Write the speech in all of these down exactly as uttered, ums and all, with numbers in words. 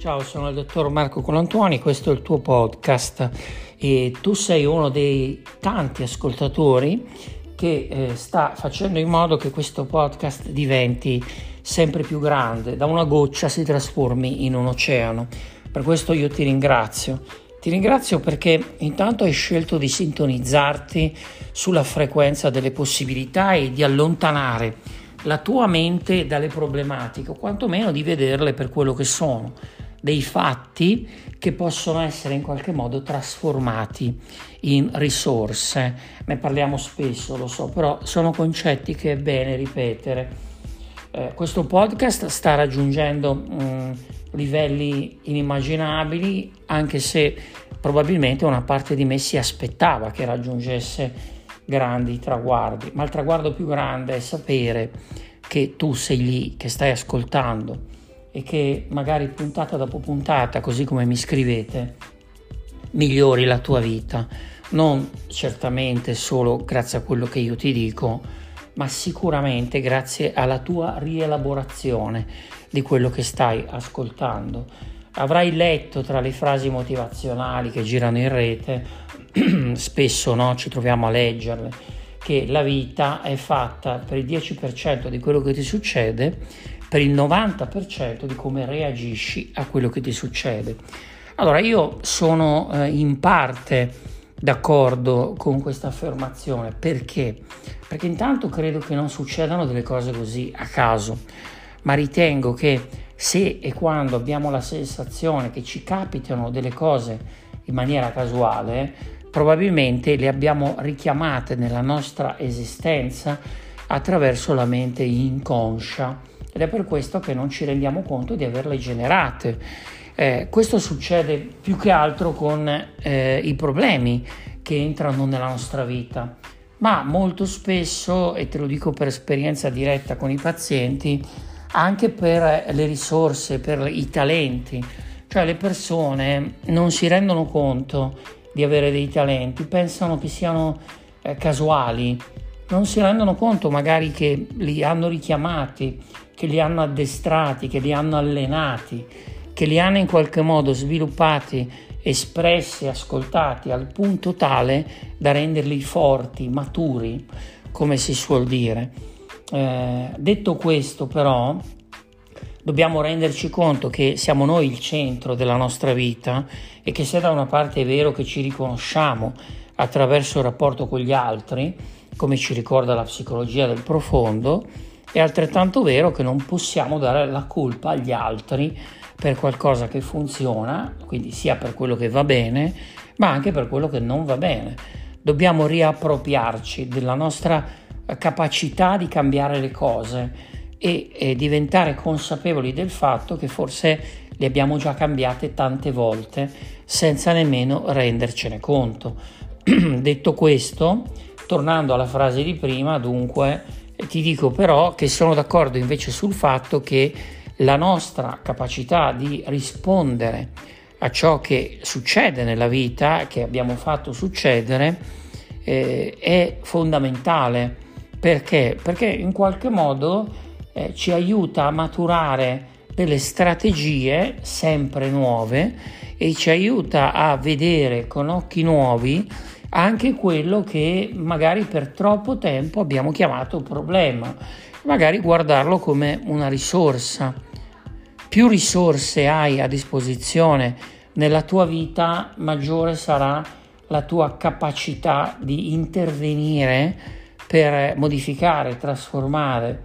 Ciao, sono il dottor Marco Colantuoni, questo è il tuo podcast e tu sei uno dei tanti ascoltatori che eh, sta facendo in modo che questo podcast diventi sempre più grande, da una goccia si trasformi in un oceano. Per questo io ti ringrazio. Ti ringrazio perché intanto hai scelto di sintonizzarti sulla frequenza delle possibilità e di allontanare la tua mente dalle problematiche, o quantomeno di vederle per quello che sono, dei fatti che possono essere in qualche modo trasformati in risorse. Ne parliamo spesso, lo so, però sono concetti che è bene ripetere. Eh, questo podcast sta raggiungendo mh, livelli inimmaginabili, anche se probabilmente una parte di me si aspettava che raggiungesse grandi traguardi, ma il traguardo più grande è sapere che tu sei lì, che stai ascoltando e che magari puntata dopo puntata, così come mi scrivete, migliori la tua vita, non certamente solo grazie a quello che io ti dico, ma sicuramente grazie alla tua rielaborazione di quello che stai ascoltando. Avrai letto tra le frasi motivazionali che girano in rete, spesso no, ci troviamo a leggerle, che la vita è fatta per il dieci per cento di quello che ti succede, per il novanta per cento di come reagisci a quello che ti succede. Allora io sono eh, in parte d'accordo con questa affermazione. Perché? Perché intanto credo che non succedano delle cose così a caso, ma ritengo che se e quando abbiamo la sensazione che ci capitano delle cose in maniera casuale, probabilmente le abbiamo richiamate nella nostra esistenza attraverso la mente inconscia, ed è per questo che non ci rendiamo conto di averle generate. Eh, questo succede più che altro con eh, i problemi che entrano nella nostra vita, ma molto spesso, e te lo dico per esperienza diretta con i pazienti, anche per le risorse, per i talenti. Cioè le persone non si rendono conto di avere dei talenti, pensano che siano eh, casuali, non si rendono conto magari che li hanno richiamati, che li hanno addestrati, che li hanno allenati, che li hanno in qualche modo sviluppati, espressi, ascoltati al punto tale da renderli forti, maturi, come si suol dire. Eh, detto questo, però, dobbiamo renderci conto che siamo noi il centro della nostra vita e che se da una parte è vero che ci riconosciamo attraverso il rapporto con gli altri, come ci ricorda la psicologia del profondo, è altrettanto vero che non possiamo dare la colpa agli altri per qualcosa che funziona, quindi sia per quello che va bene, ma anche per quello che non va bene. Dobbiamo riappropriarci della nostra capacità di cambiare le cose e, e diventare consapevoli del fatto che forse le abbiamo già cambiate tante volte senza nemmeno rendercene conto. Detto questo, tornando alla frase di prima, dunque, ti dico però che sono d'accordo invece sul fatto che la nostra capacità di rispondere a ciò che succede nella vita, che abbiamo fatto succedere, eh, è fondamentale. Perché? Perché in qualche modo eh, ci aiuta a maturare delle strategie sempre nuove e ci aiuta a vedere con occhi nuovi anche quello che magari per troppo tempo abbiamo chiamato problema, magari guardarlo come una risorsa. Più risorse hai a disposizione nella tua vita, maggiore sarà la tua capacità di intervenire per modificare, trasformare,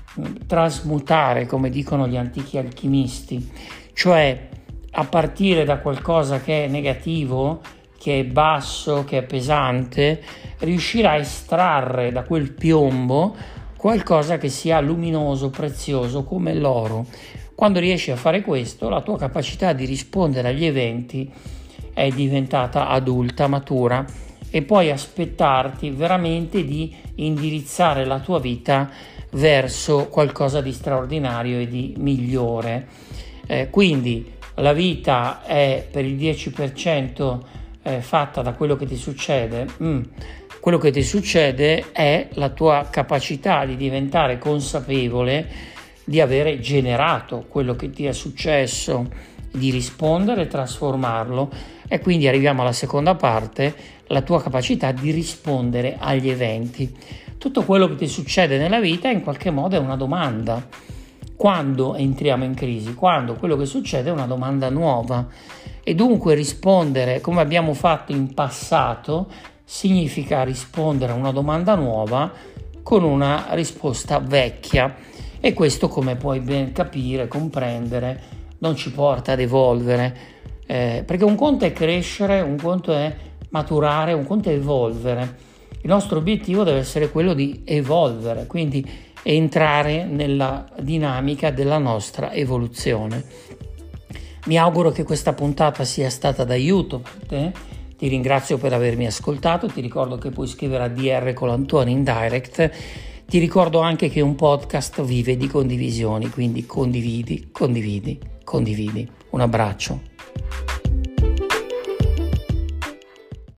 trasmutare, come dicono gli antichi alchimisti, cioè a partire da qualcosa che è negativo, che è basso, che è pesante, riuscirà a estrarre da quel piombo qualcosa che sia luminoso, prezioso come l'oro. Quando riesci a fare questo, la tua capacità di rispondere agli eventi è diventata adulta, matura, e puoi aspettarti veramente di indirizzare la tua vita verso qualcosa di straordinario e di migliore. Eh, quindi la vita è per il dieci per cento eh, fatta da quello che ti succede. Mm. Quello che ti succede è la tua capacità di diventare consapevole di avere generato quello che ti è successo di rispondere e trasformarlo, e quindi arriviamo alla seconda parte, la tua capacità di rispondere agli eventi. Tutto quello che ti succede nella vita in qualche modo è una domanda. Quando entriamo in crisi? Quando quello che succede è una domanda nuova, e dunque rispondere come abbiamo fatto in passato significa rispondere a una domanda nuova con una risposta vecchia, e questo, come puoi ben capire, comprendere, non ci porta ad evolvere, eh, perché un conto è crescere, un conto è maturare, un conto è evolvere. Il nostro obiettivo deve essere quello di evolvere, quindi entrare nella dinamica della nostra evoluzione. Mi auguro che questa puntata sia stata d'aiuto per te. Ti ringrazio per avermi ascoltato. Ti ricordo che puoi scrivere a D R Colantuoni in direct. Ti ricordo anche che un podcast vive di condivisioni, quindi condividi, condividi, condividi. Un abbraccio.